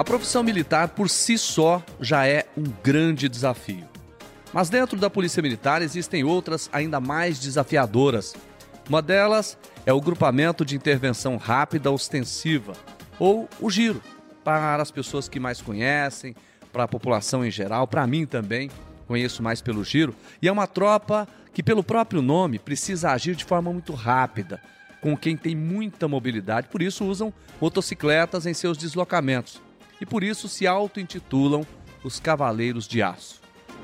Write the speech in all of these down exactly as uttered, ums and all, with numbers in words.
profissão militar por si só já é um grande desafio. Mas dentro da Polícia Militar existem outras ainda mais desafiadoras. Uma delas é o grupamento de intervenção rápida ostensiva, ou o GIRO, para as pessoas que mais conhecem, para a população em geral, para mim também, conheço mais pelo GIRO, e é uma tropa que, pelo próprio nome, precisa agir de forma muito rápida, com quem tem muita mobilidade, por isso usam motocicletas em seus deslocamentos, e por isso se auto-intitulam os Cavaleiros de Aço.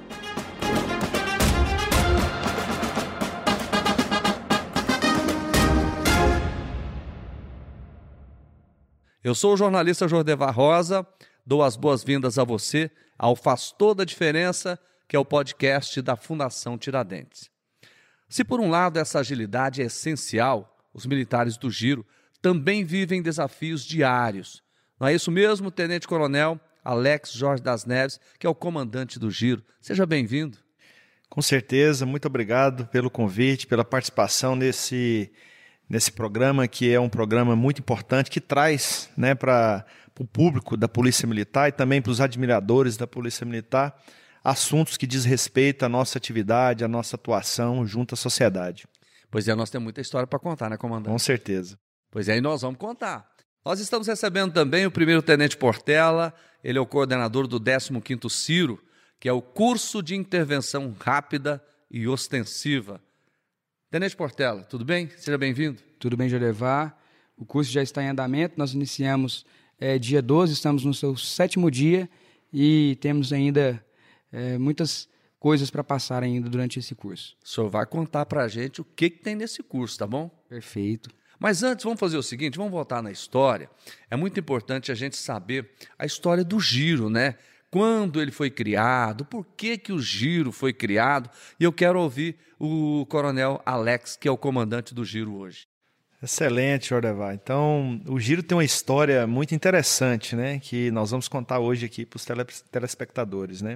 Eu sou o jornalista Jordevar Rosa, dou as boas-vindas a você ao Faz Toda a Diferença, que é o podcast da Fundação Tiradentes. Se por um lado essa agilidade é essencial, os militares do GIRO também vivem desafios diários. Não é isso mesmo, Tenente Coronel Alex Jorge das Neves, que é o comandante do GIRO. Seja bem-vindo. Com certeza, muito obrigado pelo convite, pela participação nesse... nesse programa, que é um programa muito importante, que traz, né, para o público da Polícia Militar e também para os admiradores da Polícia Militar assuntos que diz respeito à nossa atividade, à nossa atuação junto à sociedade. Pois é, nós temos muita história para contar, né, comandante? Com certeza. Pois é, e nós vamos contar. Nós estamos recebendo também o primeiro Tenente Portela, ele é o coordenador do décimo quinto CIRO, que é o Curso de Intervenção Rápida e Ostensiva. Tenente Portela, tudo bem? Seja bem-vindo. Tudo bem, Jordevar. O curso já está em andamento. Nós iniciamos é, dia doze, estamos no seu sétimo dia e temos ainda é, muitas coisas para passar ainda durante esse curso. O senhor vai contar para a gente o que, que tem nesse curso, tá bom? Perfeito. Mas antes, vamos fazer o seguinte, vamos voltar na história. É muito importante a gente saber a história do GIRO, né? Quando ele foi criado, por que, que o GIRO foi criado, e eu quero ouvir o coronel Alex, que é o comandante do GIRO hoje. Excelente, Jordevar. Então, o GIRO tem uma história muito interessante, né, que nós vamos contar hoje aqui para os telespectadores, né.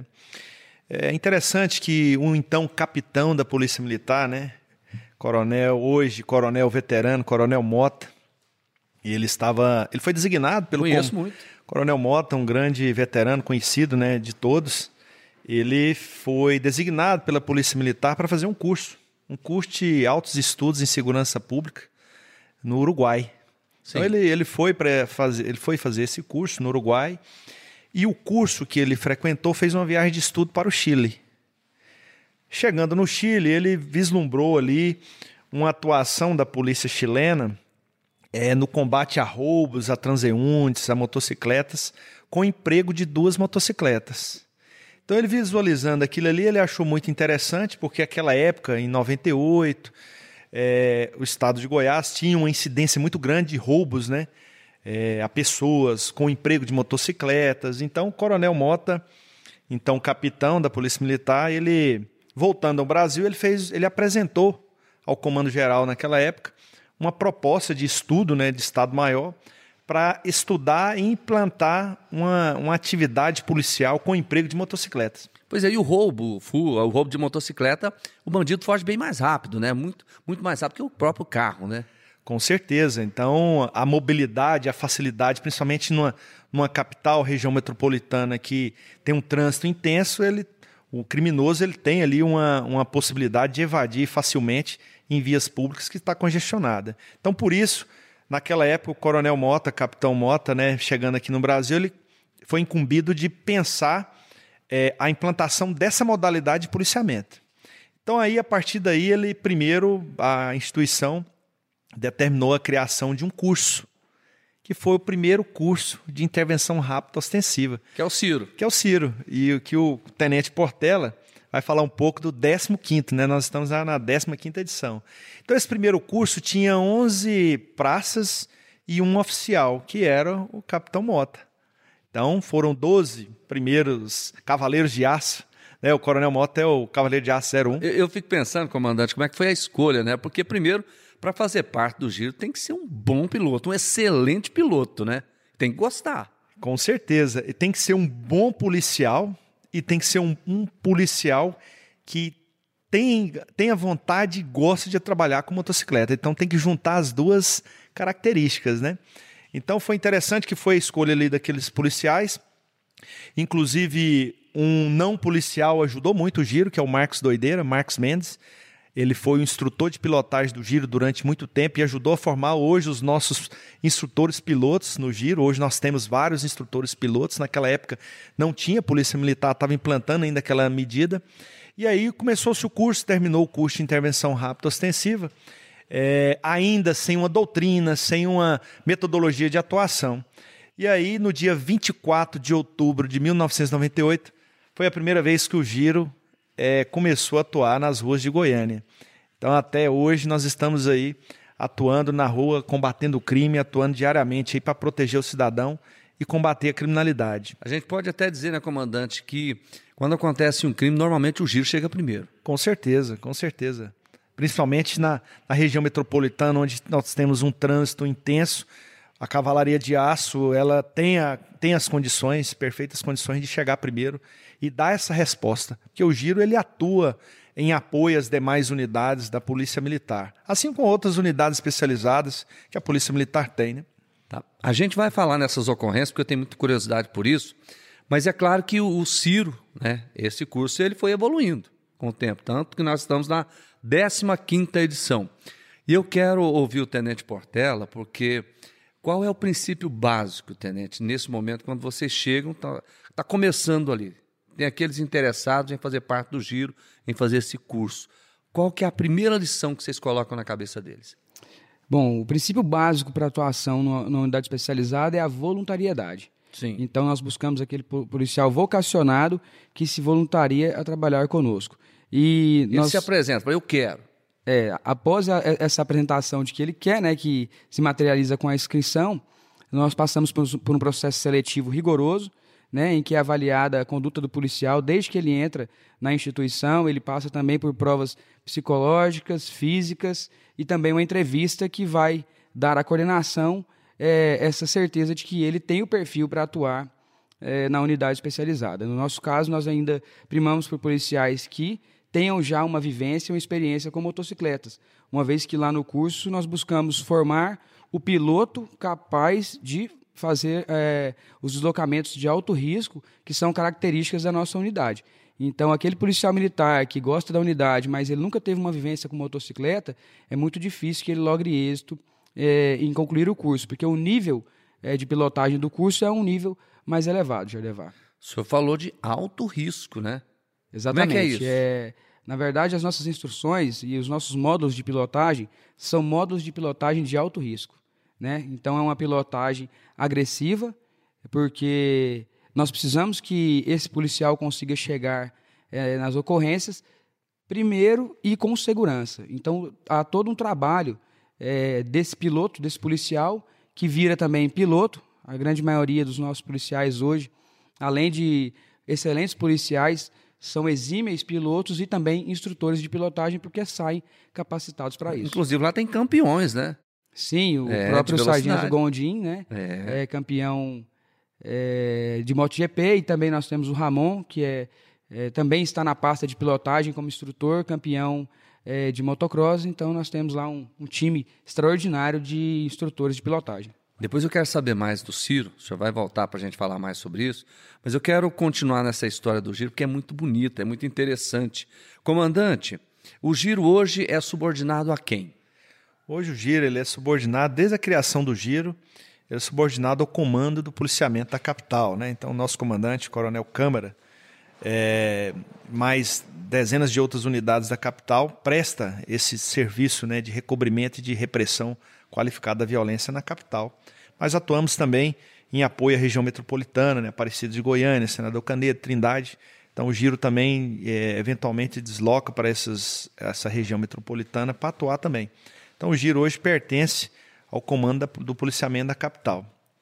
É interessante que um então capitão da Polícia Militar, né, coronel, hoje coronel veterano, coronel Mota, ele estava, ele foi designado pelo... Conheço com... muito. Coronel Mota, um grande veterano conhecido, né, de todos, ele foi designado pela Polícia Militar para fazer um curso, um curso de altos estudos em segurança pública no Uruguai. Sim. Então ele, ele, foi para fazer, ele foi fazer esse curso no Uruguai e o curso que ele frequentou fez uma viagem de estudo para o Chile. Chegando no Chile, ele vislumbrou ali uma atuação da polícia chilena É, no combate a roubos, a transeuntes, a motocicletas, com emprego de duas motocicletas. Então ele visualizando aquilo ali, ele achou muito interessante, porque naquela época, em noventa e oito, é, o estado de Goiás tinha uma incidência muito grande de roubos, né, é, a pessoas com emprego de motocicletas. Então o coronel Mota, então capitão da Polícia Militar, ele, voltando ao Brasil, ele, fez, ele apresentou ao Comando Geral naquela época uma proposta de estudo, né, de Estado-Maior para estudar e implantar uma, uma atividade policial com emprego de motocicletas. Pois é, e o roubo, o roubo de motocicleta, o bandido foge bem mais rápido, né? Muito, muito mais rápido que o próprio carro, né? Com certeza. Então, a mobilidade, a facilidade, principalmente numa, numa capital, região metropolitana que tem um trânsito intenso, ele, o criminoso ele tem ali uma, uma possibilidade de evadir facilmente em vias públicas que está congestionada. Então, por isso, naquela época, o coronel Mota, capitão Mota, né, chegando aqui no Brasil, ele foi incumbido de pensar é, a implantação dessa modalidade de policiamento. Então, aí, a partir daí, ele primeiro, a instituição determinou a criação de um curso, que foi o primeiro curso de intervenção rápida ostensiva. Que é o CIRO. Que é o CIRO. E o que o Tenente Portela vai falar um pouco do décimo quinto, né? Nós estamos na décima quinta edição. Então, esse primeiro curso tinha onze praças e um oficial, que era o capitão Mota. Então, foram doze primeiros cavaleiros de aço, né? O coronel Mota é o cavaleiro de aço zero um. Eu, eu fico pensando, comandante, como é que foi a escolha, né? Porque, primeiro, para fazer parte do GIRO, tem que ser um bom piloto, um excelente piloto, né? Tem que gostar. Com certeza. E tem que ser um bom policial e tem que ser um, um policial que tem, tem a vontade e gosta de trabalhar com motocicleta. Então tem que juntar as duas características, né? Então foi interessante que foi a escolha ali daqueles policiais. Inclusive, um não policial ajudou muito o Giro, que é o Marcos Doideira, Marcos Mendes. Ele foi o instrutor de pilotagem do Giro durante muito tempo e ajudou a formar hoje os nossos instrutores pilotos no Giro. Hoje nós temos vários instrutores pilotos. Naquela época não tinha, a Polícia Militar estava implantando ainda aquela medida. E aí começou-se o curso, terminou o curso de intervenção rápida ostensiva, é, ainda sem uma doutrina, sem uma metodologia de atuação. E aí, no dia vinte e quatro de outubro de mil novecentos e noventa e oito, foi a primeira vez que o Giro é, começou a atuar nas ruas de Goiânia. Então, até hoje, nós estamos aí atuando na rua, combatendo o crime, atuando diariamente para proteger o cidadão e combater a criminalidade. A gente pode até dizer, né, comandante, que quando acontece um crime, normalmente o Giro chega primeiro. Com certeza, com certeza. Principalmente na, na região metropolitana, onde nós temos um trânsito intenso. A cavalaria de aço, ela tem, a, tem as condições, perfeitas condições de chegar primeiro e dar essa resposta. Porque o Giro ele atua em apoio às demais unidades da Polícia Militar, assim como outras unidades especializadas que a Polícia Militar tem, né? Tá. A gente vai falar nessas ocorrências, porque eu tenho muita curiosidade por isso, mas é claro que o, o Ciro, né, esse curso, ele foi evoluindo com o tempo, tanto que nós estamos na décima quinta edição. E eu quero ouvir o Tenente Portela, porque qual é o princípio básico, Tenente, nesse momento, quando vocês chegam, está tá começando ali, tem aqueles interessados em fazer parte do Giro, em fazer esse curso. Qual que é a primeira lição que vocês colocam na cabeça deles? Bom, o princípio básico para a atuação numa unidade especializada é a voluntariedade. Sim. Então, nós buscamos aquele policial vocacionado que se voluntaria a trabalhar conosco. E ele nós, se apresenta, fala, eu quero. É, após a, essa apresentação de que ele quer, né, que se materializa com a inscrição, nós passamos por, por um processo seletivo rigoroso, né, em que é avaliada a conduta do policial desde que ele entra na instituição. Ele passa também por provas psicológicas, físicas e também uma entrevista que vai dar à coordenação é, essa certeza de que ele tem o perfil para atuar é, na unidade especializada. No nosso caso, nós ainda primamos por policiais que tenham já uma vivência, uma experiência com motocicletas, uma vez que lá no curso nós buscamos formar o piloto capaz de fazer é, os deslocamentos de alto risco, que são características da nossa unidade. Então, aquele policial militar que gosta da unidade, mas ele nunca teve uma vivência com motocicleta, é muito difícil que ele logre êxito é, em concluir o curso, porque o nível é, de pilotagem do curso é um nível mais elevado, Jardevar. O senhor falou de alto risco, né? Exatamente. Como é que é isso? É, na verdade, as nossas instruções e os nossos módulos de pilotagem são módulos de pilotagem de alto risco, né? Então, é uma pilotagem agressiva, porque nós precisamos que esse policial consiga chegar é, nas ocorrências primeiro e com segurança. Então, há todo um trabalho é, desse piloto, desse policial, que vira também piloto. A grande maioria dos nossos policiais hoje, além de excelentes policiais, são exímeis pilotos e também instrutores de pilotagem, porque saem capacitados para isso. Inclusive, lá tem campeões, né? Sim, o é, próprio Sargento Gondim, né? É, é campeão é, de MotoGP, e também nós temos o Ramon, que é, é, também está na pasta de pilotagem como instrutor, campeão é, de motocross. Então, nós temos lá um, um time extraordinário de instrutores de pilotagem. Depois eu quero saber mais do Ciro, o senhor vai voltar para a gente falar mais sobre isso, mas eu quero continuar nessa história do Giro, porque é muito bonita, é muito interessante. Comandante, o Giro hoje é subordinado a quem? Hoje o Giro ele é subordinado, desde a criação do Giro, ele é subordinado ao comando do policiamento da capital, né? Então, o nosso comandante, Coronel Câmara, é, mais dezenas de outras unidades da capital, presta esse serviço, né, de recobrimento e de repressão qualificada da violência na capital. Mas atuamos também em apoio à região metropolitana, né, Aparecida de Goiânia, Senador Canedo, Trindade. Então o Giro também é, eventualmente desloca para essas, essa região metropolitana para atuar também. Então o Giro hoje pertence ao comando da, do policiamento da capital.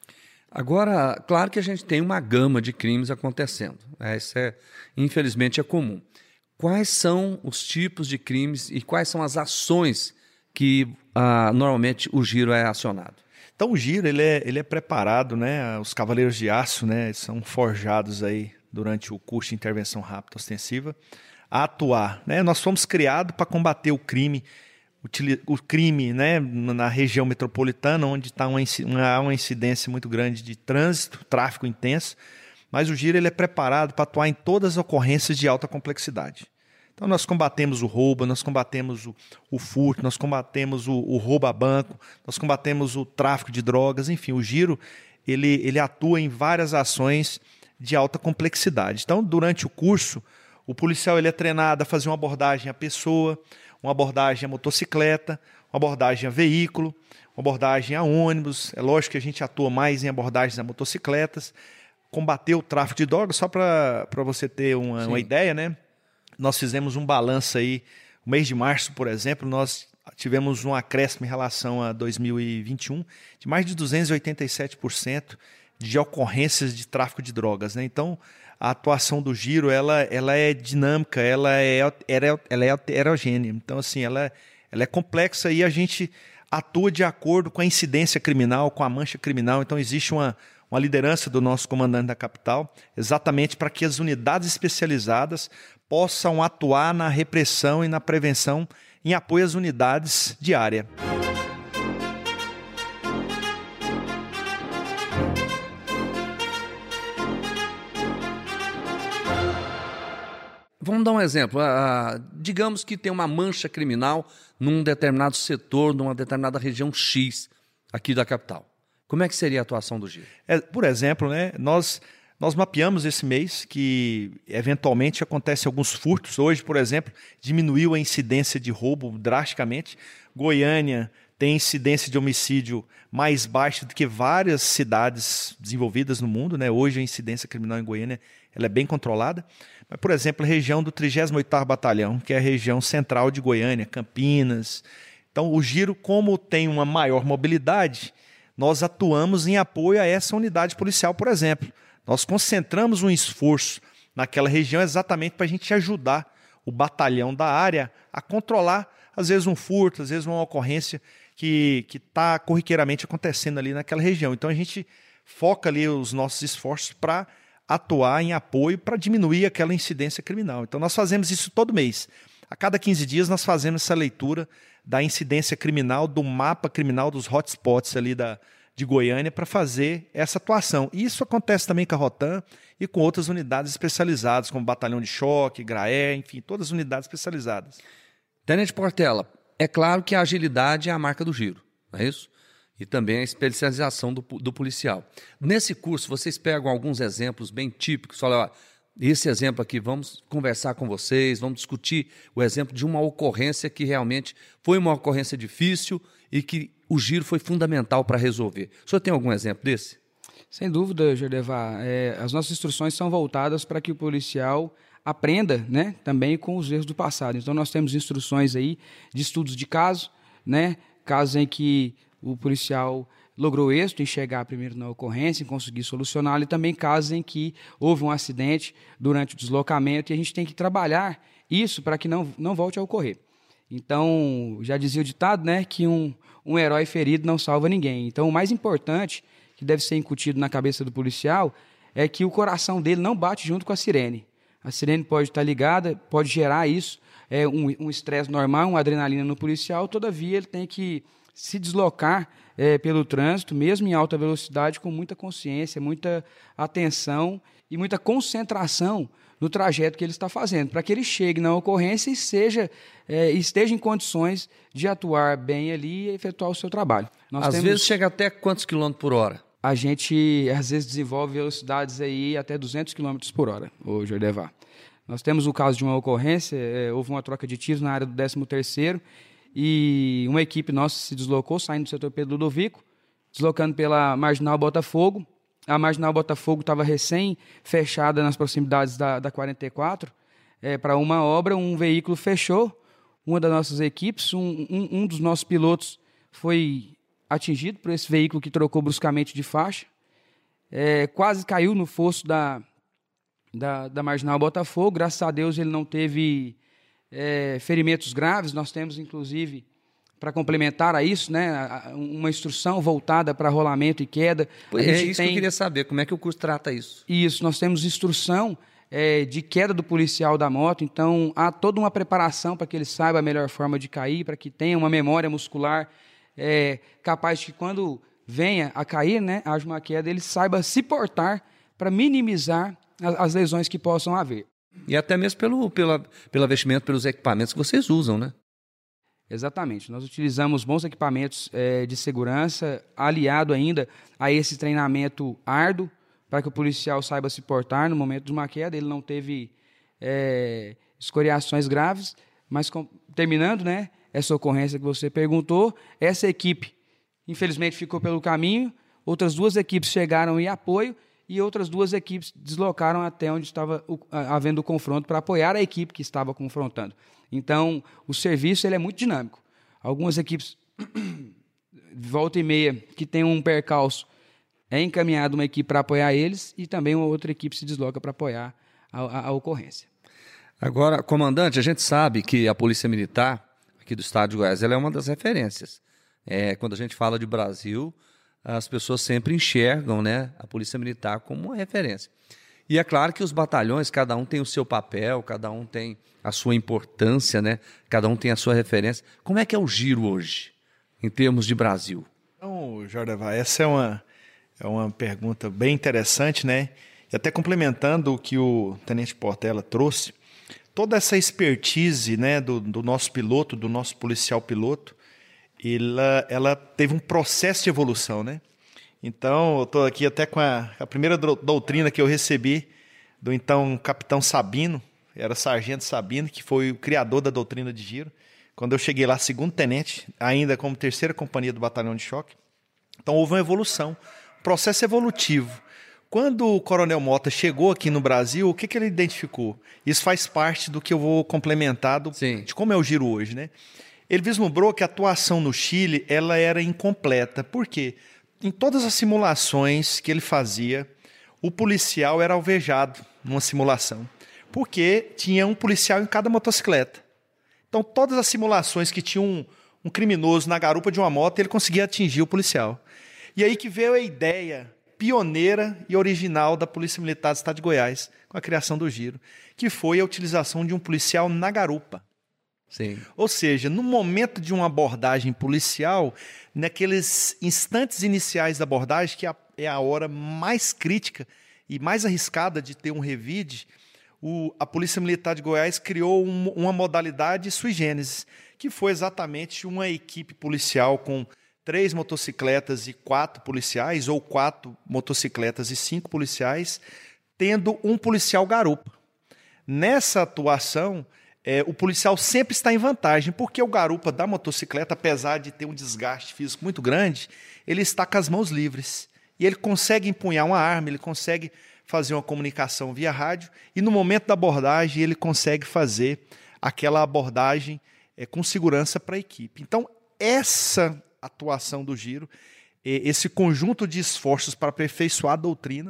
Agora, claro que a gente tem uma gama de crimes acontecendo. Né? Isso é, infelizmente, é comum. Quais são os tipos de crimes e quais são as ações que ah, normalmente o Giro é acionado? Então o Giro ele é, ele é preparado, né? Os Cavaleiros de Aço, né, são forjados aí durante o curso de intervenção rápida ostensiva a atuar, né? Nós fomos criados para combater o crime o crime, né, na região metropolitana, onde está uma, uma, uma incidência muito grande de trânsito, tráfego intenso, mas o Giro ele é preparado para atuar em todas as ocorrências de alta complexidade. Então nós combatemos o roubo, nós combatemos o, o furto, nós combatemos o, o roubo a banco, nós combatemos o tráfico de drogas, enfim, o Giro ele, ele atua em várias ações de alta complexidade. Então, durante o curso, o policial ele é treinado a fazer uma abordagem à pessoa, uma abordagem à motocicleta, uma abordagem a veículo, uma abordagem a ônibus. É lógico que a gente atua mais em abordagens a motocicletas, combater o tráfico de drogas, só para você ter uma, uma ideia, né? Nós fizemos um balanço aí, no mês de março, por exemplo, nós tivemos um acréscimo em relação a dois mil e vinte e um de mais de duzentos e oitenta e sete por cento de ocorrências de tráfico de drogas, né? Então, a atuação do Giro ela, ela é dinâmica, ela é, ela é heterogênea. Então, assim, ela, ela é complexa e a gente atua de acordo com a incidência criminal, com a mancha criminal. Então, existe uma, uma liderança do nosso comandante da capital, exatamente para que as unidades especializadas possam atuar na repressão e na prevenção em apoio às unidades de área. Vamos dar um exemplo. Uh, digamos que tem uma mancha criminal num determinado setor, numa determinada região X aqui da capital. Como é que seria a atuação do Giro? É, por exemplo, né, nós, nós mapeamos esse mês que eventualmente acontecem alguns furtos. Hoje, por exemplo, diminuiu a incidência de roubo drasticamente. Goiânia tem incidência de homicídio mais baixa do que várias cidades desenvolvidas no mundo, né? Hoje a incidência criminal em Goiânia ela é bem controlada. Mas, por exemplo, a região do trigésimo oitavo Batalhão, que é a região central de Goiânia, Campinas. Então, o Giro, como tem uma maior mobilidade, nós atuamos em apoio a essa unidade policial, por exemplo. Nós concentramos um esforço naquela região exatamente para a gente ajudar o batalhão da área a controlar, às vezes, um furto, às vezes uma ocorrência que está corriqueiramente acontecendo ali naquela região. Então, a gente foca ali os nossos esforços para atuar em apoio para diminuir aquela incidência criminal. Então, nós fazemos isso todo mês. A cada quinze dias, nós fazemos essa leitura da incidência criminal, do mapa criminal dos hotspots ali da, de Goiânia para fazer essa atuação. E isso acontece também com a Rotam e com outras unidades especializadas, como Batalhão de Choque, Graé, enfim, todas as unidades especializadas. Tenente Portela, é claro que a agilidade é a marca do Giro, não é isso? E também a especialização do, do policial. Nesse curso, vocês pegam alguns exemplos bem típicos, falam, ó, esse exemplo aqui, vamos conversar com vocês, vamos discutir o exemplo de uma ocorrência que realmente foi uma ocorrência difícil e que o Giro foi fundamental para resolver. O senhor tem algum exemplo desse? Sem dúvida, Jordevar. É, as nossas instruções são voltadas para que o policial aprenda, né, também com os erros do passado. Então, nós temos instruções aí de estudos de caso, né, casos em que o policial logrou êxito em chegar primeiro na ocorrência, em conseguir solucioná-lo, e também casos em que houve um acidente durante o deslocamento e a gente tem que trabalhar isso para que não, não volte a ocorrer. Então, já dizia o ditado, né, que um, um herói ferido não salva ninguém. Então, o mais importante que deve ser incutido na cabeça do policial é que o coração dele não bate junto com a sirene. A sirene pode estar ligada, pode gerar isso, é, um estresse normal, uma adrenalina no policial, todavia ele tem que se deslocar é, pelo trânsito, mesmo em alta velocidade, com muita consciência, muita atenção e muita concentração no trajeto que ele está fazendo, para que ele chegue na ocorrência e seja, é, esteja em condições de atuar bem ali e efetuar o seu trabalho. Nós Às temos, vezes chega até quantos quilômetros por hora? A gente, às vezes, desenvolve velocidades aí até duzentos quilômetros por hora, ô Jordevar. Nós temos o caso de uma ocorrência, é, houve uma troca de tiros na área do décimo terceiro, e uma equipe nossa se deslocou, saindo do setor Pedro Ludovico, deslocando pela Marginal Botafogo. A Marginal Botafogo estava recém-fechada nas proximidades da, da quarenta e quatro. É, para uma obra, um veículo fechou uma das nossas equipes. Um, um, um dos nossos pilotos foi atingido por esse veículo que trocou bruscamente de faixa. É, quase caiu no fosso da, da, da Marginal Botafogo. Graças a Deus ele não teve... É, ferimentos graves. Nós temos, inclusive, para complementar a isso, né, uma instrução voltada para rolamento e queda. A é isso tem... que eu queria saber, como é que o curso trata isso? Isso, nós temos instrução é, de queda do policial da moto. Então, há toda uma preparação para que ele saiba a melhor forma de cair, para que tenha uma memória muscular é, capaz de que, quando venha a cair, né, haja uma queda, ele saiba se portar para minimizar as, as lesões que possam haver. E até mesmo pelo, pela, pelo vestimento, pelos equipamentos que vocês usam, né? Exatamente. Nós utilizamos bons equipamentos é, de segurança, aliado ainda a esse treinamento árduo, para que o policial saiba se portar no momento de uma queda. Ele não teve é, escoriações graves, mas com, terminando, né, essa ocorrência que você perguntou, essa equipe, infelizmente, ficou pelo caminho, outras duas equipes chegaram em apoio, e outras duas equipes deslocaram até onde estava o, a, havendo o confronto para apoiar a equipe que estava confrontando. Então, o serviço ele é muito dinâmico. Algumas equipes, volta e meia, que tem um percalço, é encaminhada uma equipe para apoiar eles, e também uma outra equipe se desloca para apoiar a, a, a ocorrência. Agora, comandante, a gente sabe que a Polícia Militar aqui do Estado de Goiás ela é uma das referências. É, quando a gente fala de Brasil, as pessoas sempre enxergam, né, a Polícia Militar como uma referência. E é claro que os batalhões, cada um tem o seu papel, cada um tem a sua importância, né? Cada um tem a sua referência. Como é que é o giro hoje, em termos de Brasil? Então, Jordavar, essa é uma, é uma pergunta bem interessante, né? E até complementando o que o Tenente Portela trouxe, toda essa expertise, né, do, do nosso piloto, do nosso policial piloto, ela, ela teve um processo de evolução, né? Então, eu estou aqui até com a, a primeira doutrina que eu recebi do então capitão Sabino, era sargento Sabino, que foi o criador da doutrina de giro. Quando eu cheguei lá, segundo tenente, ainda como terceira companhia do batalhão de choque. Então, houve uma evolução, um processo evolutivo. Quando o Coronel Mota chegou aqui no Brasil, o que, que ele identificou? Isso faz parte do que eu vou complementar do, de como é o giro hoje, né? Ele vislumbrou que a atuação no Chile ela era incompleta. Por quê? Em todas as simulações que ele fazia, o policial era alvejado numa simulação, porque tinha um policial em cada motocicleta. Então, todas as simulações que tinham um, um criminoso na garupa de uma moto, ele conseguia atingir o policial. E aí que veio a ideia pioneira e original da Polícia Militar do Estado de Goiás, com a criação do giro, que foi a utilização de um policial na garupa. Sim. Ou seja, no momento de uma abordagem policial, naqueles instantes iniciais da abordagem, que é a hora mais crítica e mais arriscada de ter um revide, o, a Polícia Militar de Goiás criou um, uma modalidade sui generis, que foi exatamente uma equipe policial com três motocicletas e quatro policiais, ou quatro motocicletas e cinco policiais, tendo um policial garupa. Nessa atuação, É, o policial sempre está em vantagem, porque o garupa da motocicleta, apesar de ter um desgaste físico muito grande, ele está com as mãos livres. E ele consegue empunhar uma arma, ele consegue fazer uma comunicação via rádio, e no momento da abordagem ele consegue fazer aquela abordagem é, com segurança para a equipe. Então, essa atuação do giro, esse conjunto de esforços para aperfeiçoar a doutrina,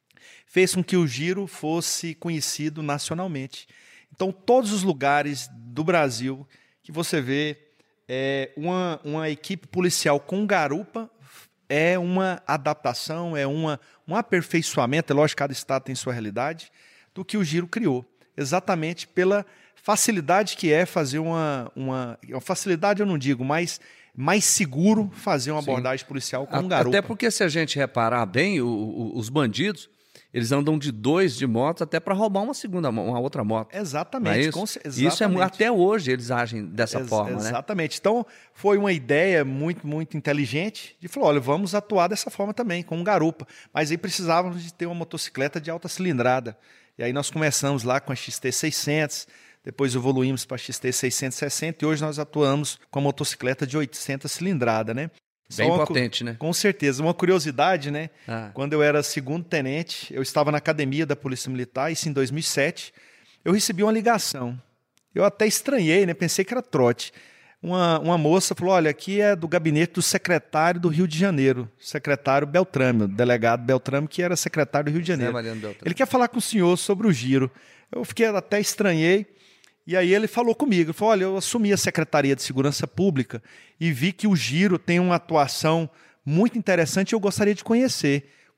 fez com que o giro fosse conhecido nacionalmente. Então, todos os lugares do Brasil que você vê é, uma, uma equipe policial com garupa é uma adaptação, é uma, um aperfeiçoamento, é lógico que cada estado tem sua realidade, do que o giro criou. Exatamente pela facilidade que é fazer uma... uma, uma facilidade eu não digo, mas mais seguro fazer uma abordagem Sim. policial com a, um garupa. Até porque, se a gente reparar bem, o, o, os bandidos... Eles andam de dois de moto até para roubar uma segunda, uma outra moto. Exatamente. É isso? Com, exatamente. Isso é até hoje eles agem dessa Ex forma, exatamente. né? Exatamente. Então foi uma ideia muito, muito inteligente de falar, olha, vamos atuar dessa forma também, com um garupa. Mas aí precisávamos de ter uma motocicleta de alta cilindrada. E aí nós começamos lá com a X T seiscentos, depois evoluímos para a X T seiscentos e sessenta e hoje nós atuamos com a motocicleta de oitocentos cilindrada, né? Bem uma, potente, né? Com certeza. Uma curiosidade, né? Ah. Quando eu era segundo tenente, eu estava na academia da Polícia Militar, isso em dois mil e sete, eu recebi uma ligação. Eu até estranhei, né? Pensei que era trote. Uma, uma moça falou, olha, aqui é do gabinete do secretário do Rio de Janeiro, secretário Beltrame, o delegado Beltrame, que era secretário do Rio de Janeiro. Ele quer falar com o senhor sobre o giro. Eu fiquei até estranhei. E aí ele falou comigo, ele falou, olha, eu assumi a Secretaria de Segurança Pública e vi que o giro tem uma atuação muito interessante e eu gostaria de conhecer.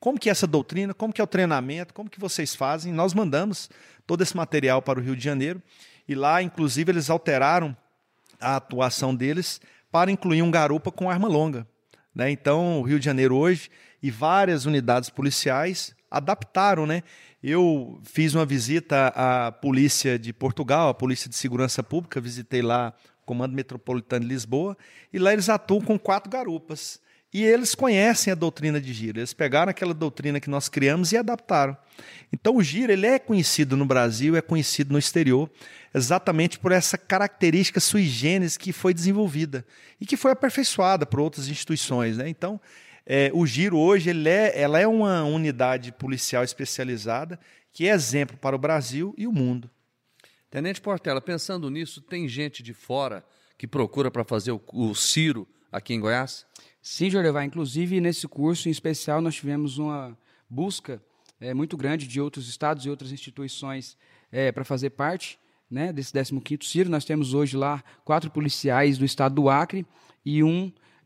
como que é essa doutrina, como que é o treinamento, como que vocês fazem. Nós mandamos todo esse material para o Rio de Janeiro e lá, inclusive, eles alteraram a atuação deles para incluir um garupa com arma longa, né? Então, o Rio de Janeiro hoje e várias unidades policiais adaptaram, né? Eu fiz uma visita à Polícia de Portugal, à Polícia de Segurança Pública, visitei lá o Comando Metropolitano de Lisboa, e lá eles atuam com quatro garupas. E eles conhecem a doutrina de giro, eles pegaram aquela doutrina que nós criamos e adaptaram. Então o giro ele é conhecido no Brasil, é conhecido no exterior, exatamente por essa característica sui generis que foi desenvolvida e que foi aperfeiçoada por outras instituições, né? Então, É, o Giro hoje ele é, ela é uma unidade policial especializada que é exemplo para o Brasil e o mundo. Tenente Portela, pensando nisso, tem gente de fora que procura para fazer o, o Ciro aqui em Goiás? Sim, Jorevá. Inclusive, nesse curso em especial, nós tivemos uma busca é, muito grande de outros estados e outras instituições é, para fazer parte, né, desse décimo quinto Ciro. Nós temos hoje lá quatro policiais do estado do Acre e um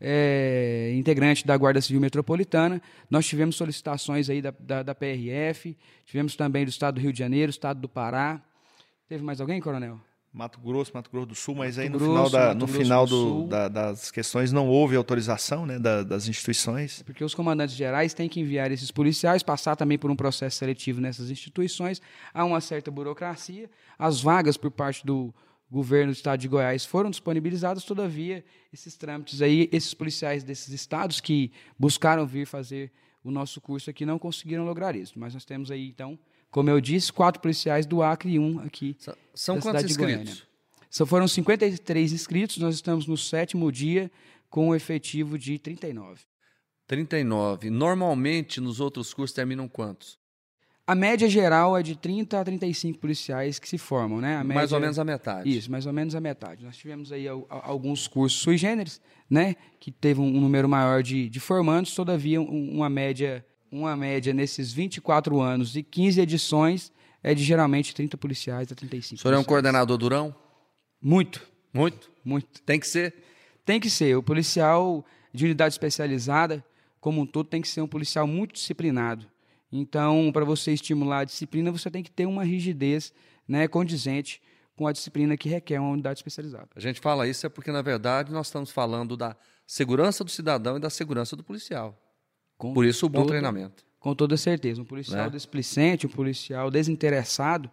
É, integrante da Guarda Civil Metropolitana. Nós tivemos solicitações aí da, da, da P R F, tivemos também do estado do Rio de Janeiro, estado do Pará. Teve mais alguém, coronel? Mato Grosso, Mato Grosso do Sul, mas Mato aí no Grosso, final, da, Mato no Grosso final do do, Sul. da, das questões não houve autorização, né, da, das instituições. Porque os comandantes gerais têm que enviar esses policiais, passar também por um processo seletivo nessas instituições, há uma certa burocracia, as vagas por parte do governo do estado de Goiás foram disponibilizados, todavia, esses trâmites aí, esses policiais desses estados que buscaram vir fazer o nosso curso aqui não conseguiram lograr isso. Mas nós temos aí, então, como eu disse, quatro policiais do Acre e um aqui São da quantos cidade de Goiânia. inscritos? Só foram cinquenta e três inscritos, nós estamos no sétimo dia com um efetivo de trinta e nove. trinta e nove. Normalmente, nos outros cursos, terminam quantos? A média geral é de trinta a trinta e cinco policiais que se formam, né? A média, mais ou menos a metade. Isso, mais ou menos a metade. Nós tivemos aí alguns cursos sui generis, né? Que teve um número maior de, de formandos, todavia uma média, uma média nesses vinte e quatro anos e quinze edições é de geralmente trinta policiais a trinta e cinco. O senhor é um policiais. coordenador durão? Muito, Muito? muito. Tem que ser? Tem que ser. O policial de unidade especializada, como um todo, tem que ser um policial muito disciplinado. Então, para você estimular a disciplina, você tem que ter uma rigidez, né, condizente com a disciplina que requer uma unidade especializada. A gente fala isso é porque, na verdade, nós estamos falando da segurança do cidadão e da segurança do policial. Com Por isso, o bom toda, treinamento. Com toda certeza. Um policial Né? displicente, um policial desinteressado,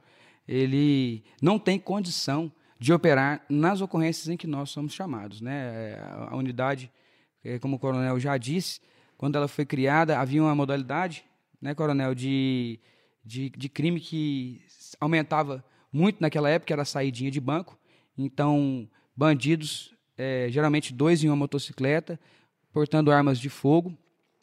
ele não tem condição de operar nas ocorrências em que nós somos chamados, né? A unidade, como o coronel já disse, quando ela foi criada, havia uma modalidade, né, coronel, de, de, de crime que aumentava muito naquela época, era a saidinha de banco. Então, bandidos, é, geralmente dois em uma motocicleta, portando armas de fogo,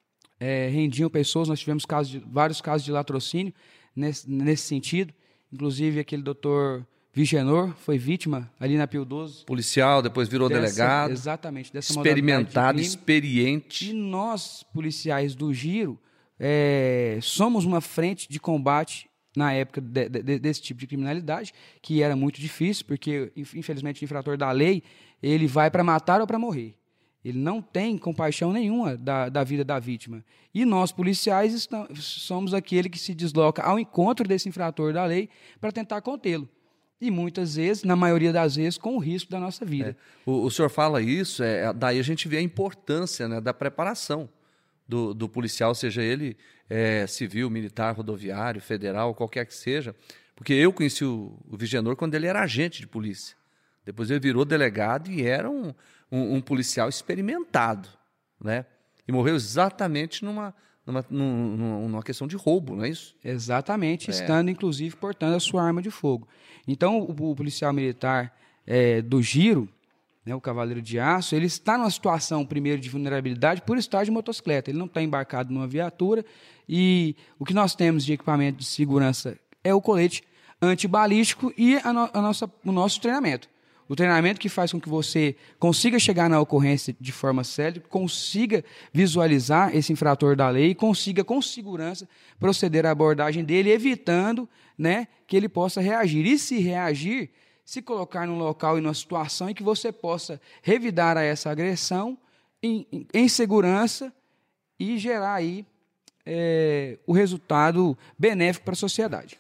é, rendiam pessoas. Nós tivemos casos de, vários casos de latrocínio nesse, nesse sentido. Inclusive, aquele doutor Vigenor foi vítima ali na Pio doze. Policial, depois virou dessa, delegado. Exatamente. Dessa experimentado, de experiente. E nós, policiais do Giro, é, somos uma frente de combate na época de, de, desse tipo de criminalidade, que era muito difícil, porque, infelizmente, o infrator da lei, ele vai para matar ou para morrer. Ele não tem compaixão nenhuma da, da vida da vítima. E nós, policiais, estamos, somos aquele que se desloca ao encontro desse infrator da lei para tentar contê-lo. E muitas vezes, na maioria das vezes, com o risco da nossa vida. É. O, o senhor fala isso, é, daí a gente vê a importância, né, da preparação do, do policial, seja ele é, civil, militar, rodoviário, federal, qualquer que seja. Porque eu conheci o, o Vigenor quando ele era agente de polícia. Depois ele virou delegado e era um, um, um policial experimentado, né? E morreu exatamente numa, numa, numa, numa questão de roubo, não é isso? Exatamente, É. estando, inclusive, portando a sua arma de fogo. Então, o, o policial militar é, do Giro, né, o Cavaleiro de Aço, ele está numa situação, primeiro, de vulnerabilidade por estar de motocicleta. Ele não está embarcado numa viatura e o que nós temos de equipamento de segurança é o colete antibalístico e a no, a nossa, o nosso treinamento. O treinamento que faz com que você consiga chegar na ocorrência de forma séria, consiga visualizar esse infrator da lei e consiga, com segurança, proceder à abordagem dele, evitando, né, que ele possa reagir. E se reagir, se colocar num local e numa situação em que você possa revidar a essa agressão em, em, em segurança e gerar aí é, o resultado benéfico para a sociedade.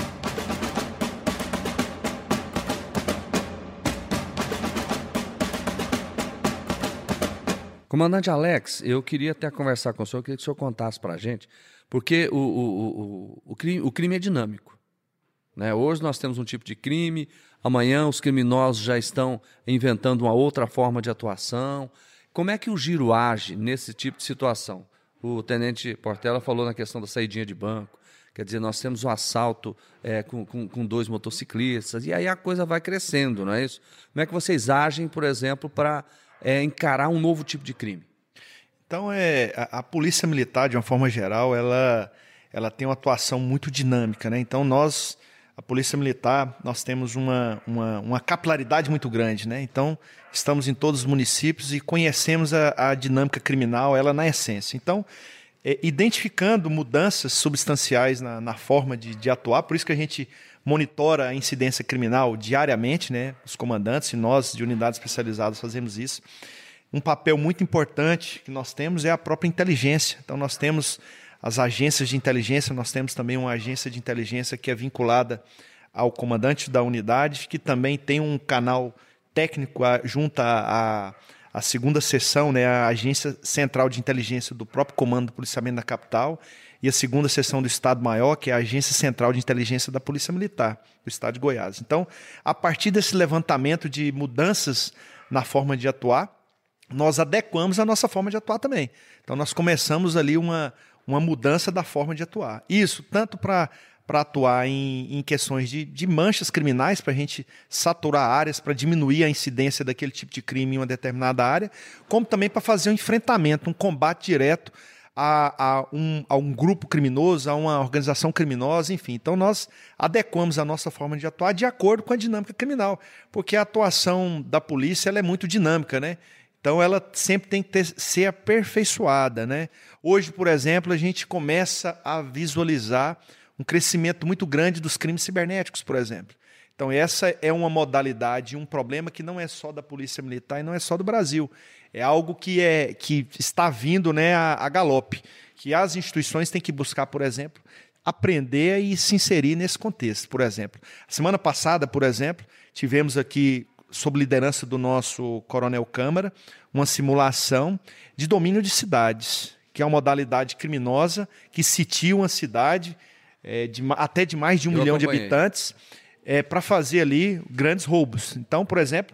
Comandante Alex, eu queria até conversar com o senhor, eu queria que o senhor contasse para a gente, porque o, o, o, o, crime, o crime é dinâmico. Né? Hoje nós temos um tipo de crime, amanhã os criminosos já estão inventando uma outra forma de atuação. Como é que o Giro age nesse tipo de situação? O tenente Portela falou na questão da saidinha de banco, quer dizer, nós temos um assalto é, com, com, com dois motociclistas, e aí a coisa vai crescendo, não é isso? Como é que vocês agem, por exemplo, para é, encarar um novo tipo de crime? Então, é, a, a Polícia Militar, de uma forma geral, ela, ela tem uma atuação muito dinâmica, né? Então, nós, a Polícia Militar, nós temos uma, uma, uma capilaridade muito grande, né? Então, estamos em todos os municípios e conhecemos a, a dinâmica criminal, ela na essência. Então, é, identificando mudanças substanciais na, na forma de, de atuar, por isso que a gente monitora a incidência criminal diariamente, né? Os comandantes e nós, de unidades especializadas, fazemos isso. Um papel muito importante que nós temos é a própria inteligência. Então, nós temos as agências de inteligência, nós temos também uma agência de inteligência que é vinculada ao comandante da unidade, que também tem um canal técnico junto à, à segunda seção, né, a Agência Central de Inteligência do próprio Comando do Policiamento da Capital, e a segunda seção do Estado-Maior, que é a Agência Central de Inteligência da Polícia Militar, do Estado de Goiás. Então, a partir desse levantamento de mudanças na forma de atuar, nós adequamos a nossa forma de atuar também. Então, nós começamos ali uma, uma mudança da forma de atuar. Isso, tanto para para atuar em, em questões de, de manchas criminais, para a gente saturar áreas, para diminuir a incidência daquele tipo de crime em uma determinada área, como também para fazer um enfrentamento, um combate direto a, a, um, a um grupo criminoso, a uma organização criminosa, enfim. Então, nós adequamos a nossa forma de atuar de acordo com a dinâmica criminal, porque a atuação da polícia ela é muito dinâmica, né? Então, ela sempre tem que ter, ser aperfeiçoada, né? Hoje, por exemplo, a gente começa a visualizar um crescimento muito grande dos crimes cibernéticos, por exemplo. Então, essa é uma modalidade, um problema que não é só da Polícia Militar e não é só do Brasil. É algo que, é, que está vindo, né, a, a galope, que as instituições têm que buscar, por exemplo, aprender e se inserir nesse contexto. Por exemplo, semana passada, por exemplo, tivemos aqui, sob liderança do nosso Coronel Câmara, uma simulação de domínio de cidades, que é uma modalidade criminosa que sitia uma cidade é, de, até de mais de um Eu milhão acompanhei. de habitantes é, para fazer ali grandes roubos. Então, por exemplo,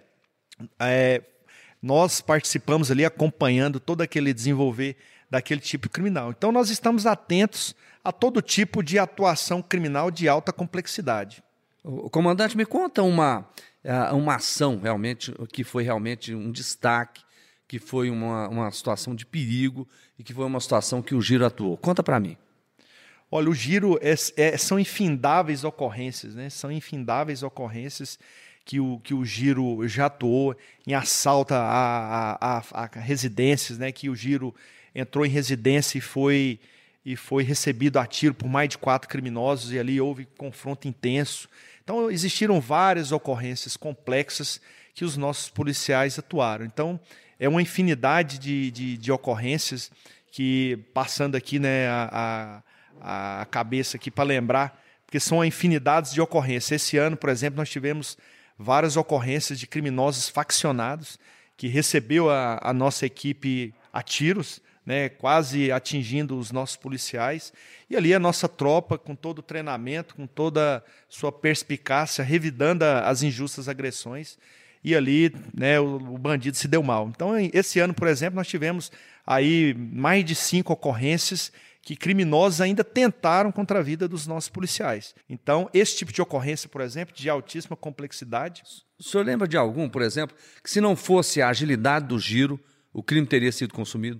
é, nós participamos ali acompanhando todo aquele desenvolver daquele tipo criminal. Então, nós estamos atentos a todo tipo de atuação criminal de alta complexidade. O comandante, me conta uma, uma ação realmente que foi realmente um destaque, que foi uma, uma situação de perigo e que foi uma situação que o Giro atuou. Conta para mim. Olha, o Giro é, é, são infindáveis ocorrências, né? São infindáveis ocorrências que o, que o Giro já atuou em assalto a, a, a, a residências, né? Que o Giro entrou em residência e foi, e foi recebido a tiro por mais de quatro criminosos e ali houve confronto intenso. Então, existiram várias ocorrências complexas que os nossos policiais atuaram. Então, é uma infinidade de, de, de ocorrências que, passando aqui, né, a, a, a cabeça aqui para lembrar, porque são infinidades de ocorrências. Esse ano, por exemplo, nós tivemos várias ocorrências de criminosos faccionados que recebeu a, a nossa equipe a tiros, né, quase atingindo os nossos policiais. E ali a nossa tropa, com todo o treinamento, com toda a sua perspicácia, revidando as injustas agressões. E ali, né, o, o bandido se deu mal. Então, esse ano, por exemplo, nós tivemos aí mais de cinco ocorrências que criminosos ainda tentaram contra a vida dos nossos policiais. Então, esse tipo de ocorrência, por exemplo, de altíssima complexidade. O senhor lembra de algum, por exemplo, que se não fosse a agilidade do Giro, o crime teria sido consumido?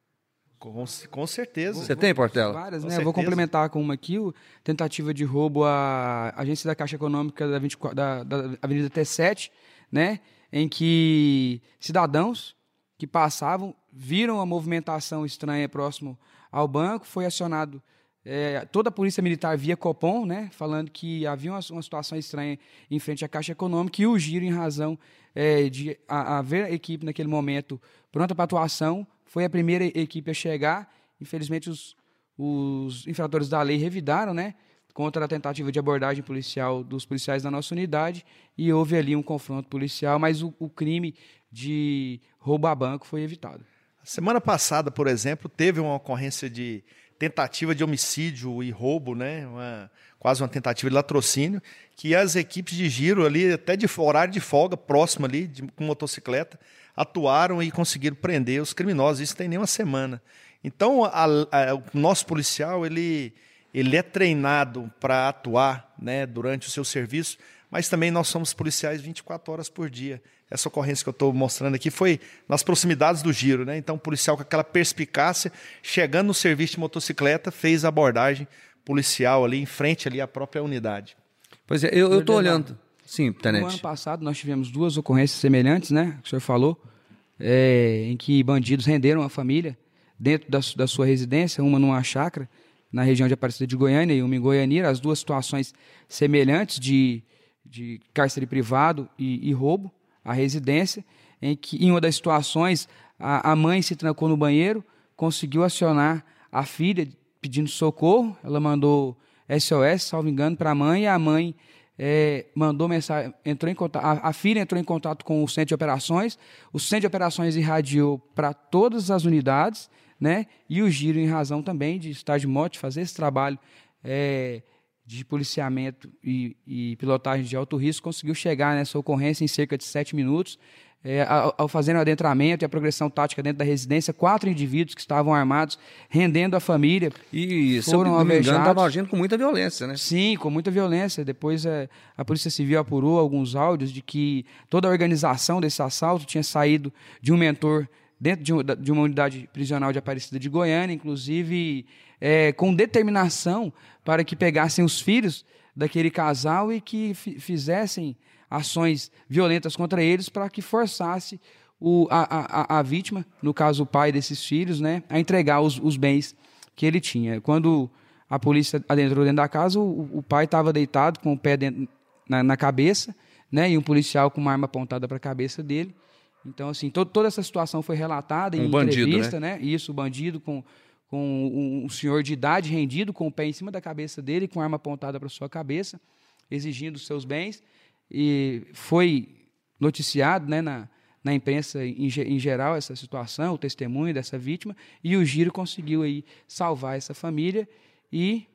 Com, com certeza. Você tem, Portela? Várias, com né? certeza. Vou complementar com uma aqui, tentativa de roubo à agência da Caixa Econômica da, vinte e quatro, da, da Avenida T sete, né? Em que cidadãos que passavam viram a movimentação estranha próximo ao banco, foi acionado é, toda a Polícia Militar via Copom, né? Falando que havia uma, uma situação estranha em frente à Caixa Econômica e o Giro, em razão é, de a, haver a equipe naquele momento pronta para atuação, foi a primeira equipe a chegar. Infelizmente, os, os infratores da lei revidaram, né, contra a tentativa de abordagem policial dos policiais da nossa unidade, e houve ali um confronto policial, mas o, o crime de roubo a banco foi evitado. Semana passada, por exemplo, teve uma ocorrência de tentativa de homicídio e roubo, né? Uma, quase uma tentativa de latrocínio, que as equipes de giro ali, até de horário de folga, próximo ali, de, com motocicleta, atuaram e conseguiram prender os criminosos. Isso tem nem uma semana. Então, a, a, o nosso policial, ele, ele é treinado para atuar, né, durante o seu serviço, mas também nós somos policiais vinte e quatro horas por dia. Essa ocorrência que eu estou mostrando aqui foi nas proximidades do giro, né? Então, o policial com aquela perspicácia, chegando no serviço de motocicleta, fez a abordagem policial ali em frente ali à própria unidade. Pois é, eu estou olhando. Sim, tenente. No ano passado, nós tivemos duas ocorrências semelhantes, né? Que o senhor falou, é, em que bandidos renderam a família dentro da, da sua residência, uma numa chácara, na região de Aparecida de Goiânia e uma em Goianira, as duas situações semelhantes de, de cárcere privado e, e roubo à residência, em que em uma das situações a, a mãe se trancou no banheiro, conseguiu acionar a filha pedindo socorro, ela mandou S O S, salvo engano, para a mãe, e a mãe é, mandou mensagem, entrou em contato, a, a filha entrou em contato com o centro de operações, o centro de operações irradiou para todas as unidades, né? E o giro, em razão também de estar de moto, de fazer esse trabalho é, de policiamento e, e pilotagem de alto risco, conseguiu chegar nessa ocorrência em cerca de sete minutos, é, ao, ao fazer o adentramento e a progressão tática dentro da residência, quatro indivíduos que estavam armados, rendendo a família. E, se eu foram não me engano, alvejados. estavam agindo com muita violência, né? Sim, com muita violência. Depois é, a Polícia Civil apurou alguns áudios de que toda a organização desse assalto tinha saído de um mentor dentro de, um, de uma unidade prisional de Aparecida de Goiânia, inclusive é, com determinação para que pegassem os filhos daquele casal e que f- fizessem ações violentas contra eles para que forçasse o, a, a, a vítima, no caso o pai desses filhos, né, a entregar os, os bens que ele tinha. Quando a polícia adentrou dentro da casa, o, o pai estava deitado com o pé dentro, na, na cabeça, né, e um policial com uma arma apontada para a cabeça dele. Então, assim, to, toda essa situação foi relatada em um bandido, entrevista, né? né? Isso, o bandido com, com um, um senhor de idade rendido, com o pé em cima da cabeça dele, com a arma apontada para sua cabeça, exigindo os seus bens. E foi noticiado, né, na, na imprensa em, em geral essa situação, o testemunho dessa vítima, e o giro conseguiu aí salvar essa família e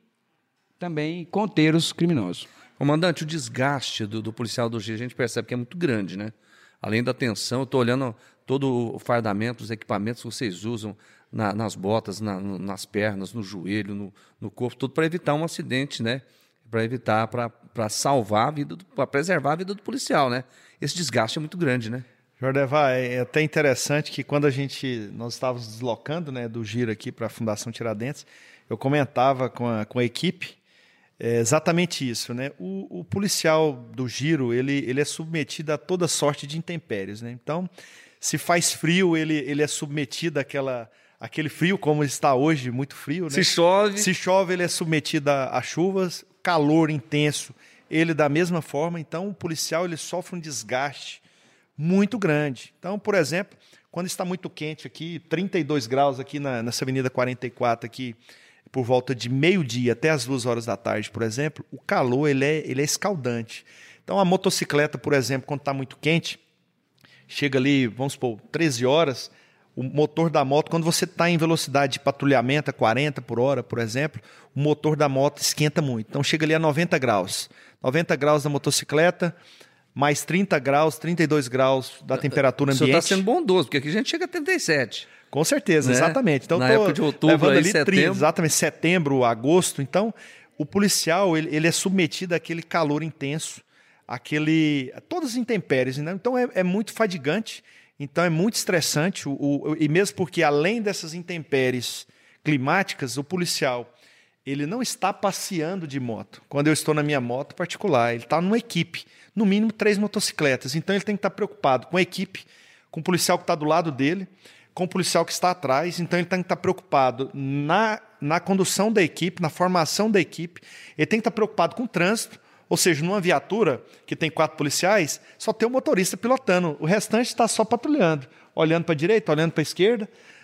também conter os criminosos. Comandante, o desgaste do, do policial do giro, a gente percebe que é muito grande, né? Além da tensão, eu estou olhando todo o fardamento, os equipamentos que vocês usam na, nas botas, na, no, nas pernas, no joelho, no, no corpo, tudo para evitar um acidente, né? Para evitar, para salvar a vida, para preservar a vida do policial, né? Esse desgaste é muito grande, né? Jordevá, é até interessante que quando a gente, nós estávamos deslocando, né, do giro aqui para a Fundação Tiradentes, eu comentava com a, com a equipe é exatamente isso, né? O, o policial do giro, ele, ele é submetido a toda sorte de intempéries, né? Então, se faz frio, ele, ele é submetido àquela, àquele frio, como está hoje, muito frio, né? Se chove... Se chove, ele é submetido a, a chuvas, calor intenso, ele da mesma forma. Então, o policial, ele sofre um desgaste muito grande. Então, por exemplo, quando está muito quente aqui, trinta e dois graus aqui na, nessa Avenida quarenta e quatro, aqui, por volta de meio-dia até as duas horas da tarde, por exemplo, o calor ele é, ele é escaldante. Então, a motocicleta, por exemplo, quando está muito quente, chega ali, vamos supor, treze horas, o motor da moto, quando você está em velocidade de patrulhamento a quarenta por hora, por exemplo, o motor da moto esquenta muito. Então, chega ali a noventa graus. noventa graus da motocicleta, mais trinta graus, trinta e dois graus da temperatura ambiente. O senhor está sendo bondoso, porque aqui a gente chega a trinta e sete. Com certeza, né? Exatamente. Então, na época de outubro, aí, ali setembro. trinta, exatamente, setembro, agosto. Então, o policial ele, ele é submetido àquele calor intenso, àquele, a todas as intempéries. Né? Então, é, é muito fadigante, então é muito estressante. O, o, e mesmo porque, além dessas intempéries climáticas, o policial ele não está passeando de moto. Quando eu estou na minha moto particular, ele está numa equipe, no mínimo três motocicletas. Então, ele tem que estar preocupado com a equipe, com o policial que está do lado dele, com o policial que está atrás. Então, ele tem que estar preocupado na, na condução da equipe, na formação da equipe. Ele tem que estar preocupado com o trânsito, ou seja, numa viatura que tem quatro policiais, só tem o motorista pilotando. O restante está só patrulhando, olhando para a direita, olhando para a esquerda,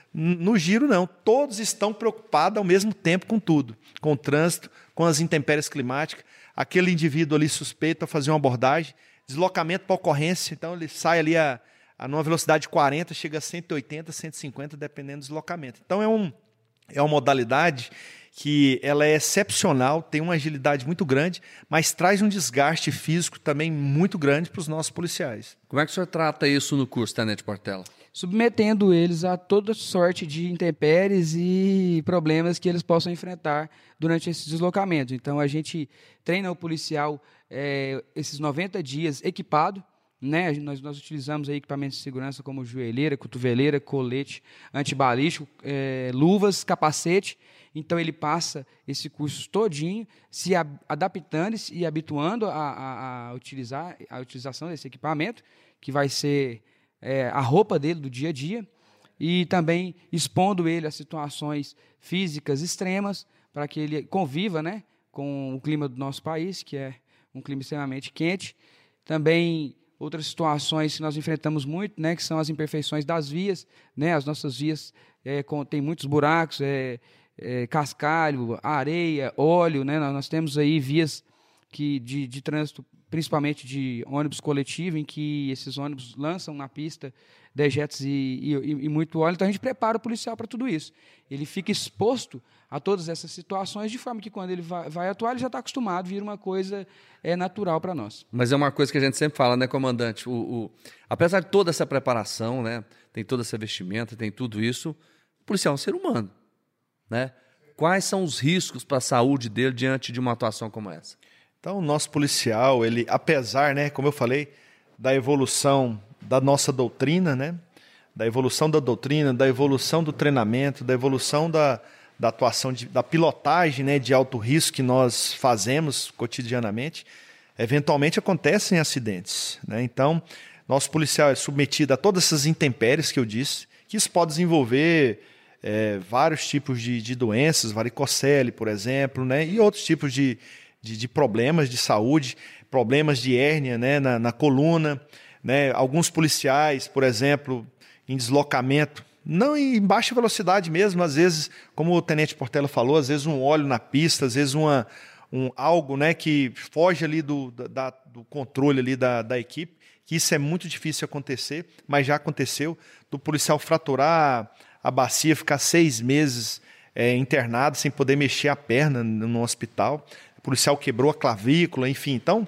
No Giro, não. Todos estão preocupados ao mesmo tempo com tudo. Com o trânsito, com as intempéries climáticas. Aquele indivíduo ali suspeito a fazer uma abordagem, deslocamento para ocorrência. Então, ele sai ali a, a numa velocidade de quarenta, chega a cento e oitenta, cento e cinquenta, dependendo do deslocamento. Então, é, um, é uma modalidade que ela é excepcional, tem uma agilidade muito grande, mas traz um desgaste físico também muito grande para os nossos policiais. Como é que o senhor trata isso no curso, Tenente Portela? Submetendo eles a toda sorte de intempéries e problemas que eles possam enfrentar durante esses deslocamentos. Então, a gente treina o policial é, esses noventa dias equipado, né? Nós, nós utilizamos aí equipamentos de segurança como joelheira, cotoveleira, colete antibalístico, é, luvas, capacete. Então, ele passa esse curso todinho, se adaptando e habituando a, a, a, utilizar, a utilização desse equipamento, que vai ser é, a roupa dele do dia a dia, e também expondo ele a situações físicas extremas, para que ele conviva, né, com o clima do nosso país, que é um clima extremamente quente. Também outras situações que nós enfrentamos muito, né, que são as imperfeições das vias, né, as nossas vias é, com, tem muitos buracos, é, É, cascalho, areia, óleo, né? Nós temos aí vias que, de, de trânsito, principalmente de ônibus coletivo, em que esses ônibus lançam na pista dejetos e, e, e muito óleo. Então, a gente prepara o policial para tudo isso. Ele fica exposto a todas essas situações, de forma que, quando ele vai, vai atuar, ele já está acostumado, vira uma coisa é, natural para nós. Mas é uma coisa que a gente sempre fala, né, comandante? O, o, apesar de toda essa preparação, né, tem toda essa vestimenta, tem tudo isso, o policial é um ser humano. Né? Quais são os riscos para a saúde dele diante de uma atuação como essa? Então, o nosso policial, ele, apesar, né, como eu falei, da evolução da nossa doutrina, né, da evolução da doutrina, da evolução do treinamento, da evolução da, da atuação, de, da pilotagem, né, de alto risco que nós fazemos cotidianamente, eventualmente acontecem acidentes. Né? Então, nosso policial é submetido a todas essas intempéries que eu disse, que isso pode desenvolver É, vários tipos de, de doenças, varicocele, por exemplo, né? E outros tipos de, de, de problemas de saúde, problemas de hérnia, né? na, na coluna. Né? Alguns policiais, por exemplo, em deslocamento, não em baixa velocidade mesmo, às vezes, como o Tenente Portela falou, às vezes um óleo na pista, às vezes uma, um, algo, né, que foge ali do, da, do controle ali da, da equipe, que isso é muito difícil acontecer, mas já aconteceu, do policial fraturar a bacia, ficar seis meses é, internado, sem poder mexer a perna no hospital. O policial quebrou a clavícula, enfim. Então,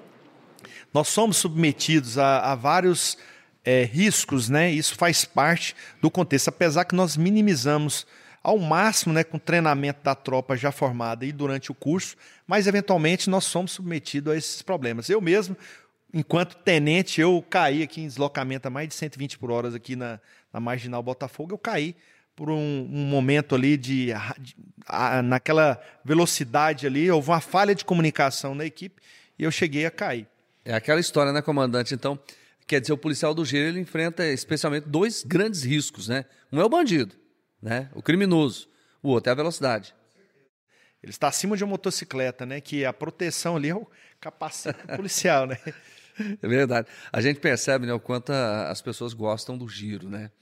nós somos submetidos a, a vários é, riscos, né? Isso faz parte do contexto, apesar que nós minimizamos ao máximo, né, com o treinamento da tropa já formada e durante o curso, mas, eventualmente, nós somos submetidos a esses problemas. Eu mesmo, enquanto tenente, eu caí aqui em deslocamento a mais de cento e vinte por hora aqui na, na Marginal Botafogo, eu caí por um, um momento ali de, de a, naquela velocidade ali, houve uma falha de comunicação na equipe e eu cheguei a cair. É aquela história, né, comandante? Então, quer dizer, o policial do Giro, ele enfrenta especialmente dois grandes riscos, né? Um é o bandido, né? O criminoso. O outro é a velocidade. Ele está acima de uma motocicleta, né? Que a proteção ali é o capacete policial, né? É verdade. A gente percebe, né, o quanto a, as pessoas gostam do Giro, né?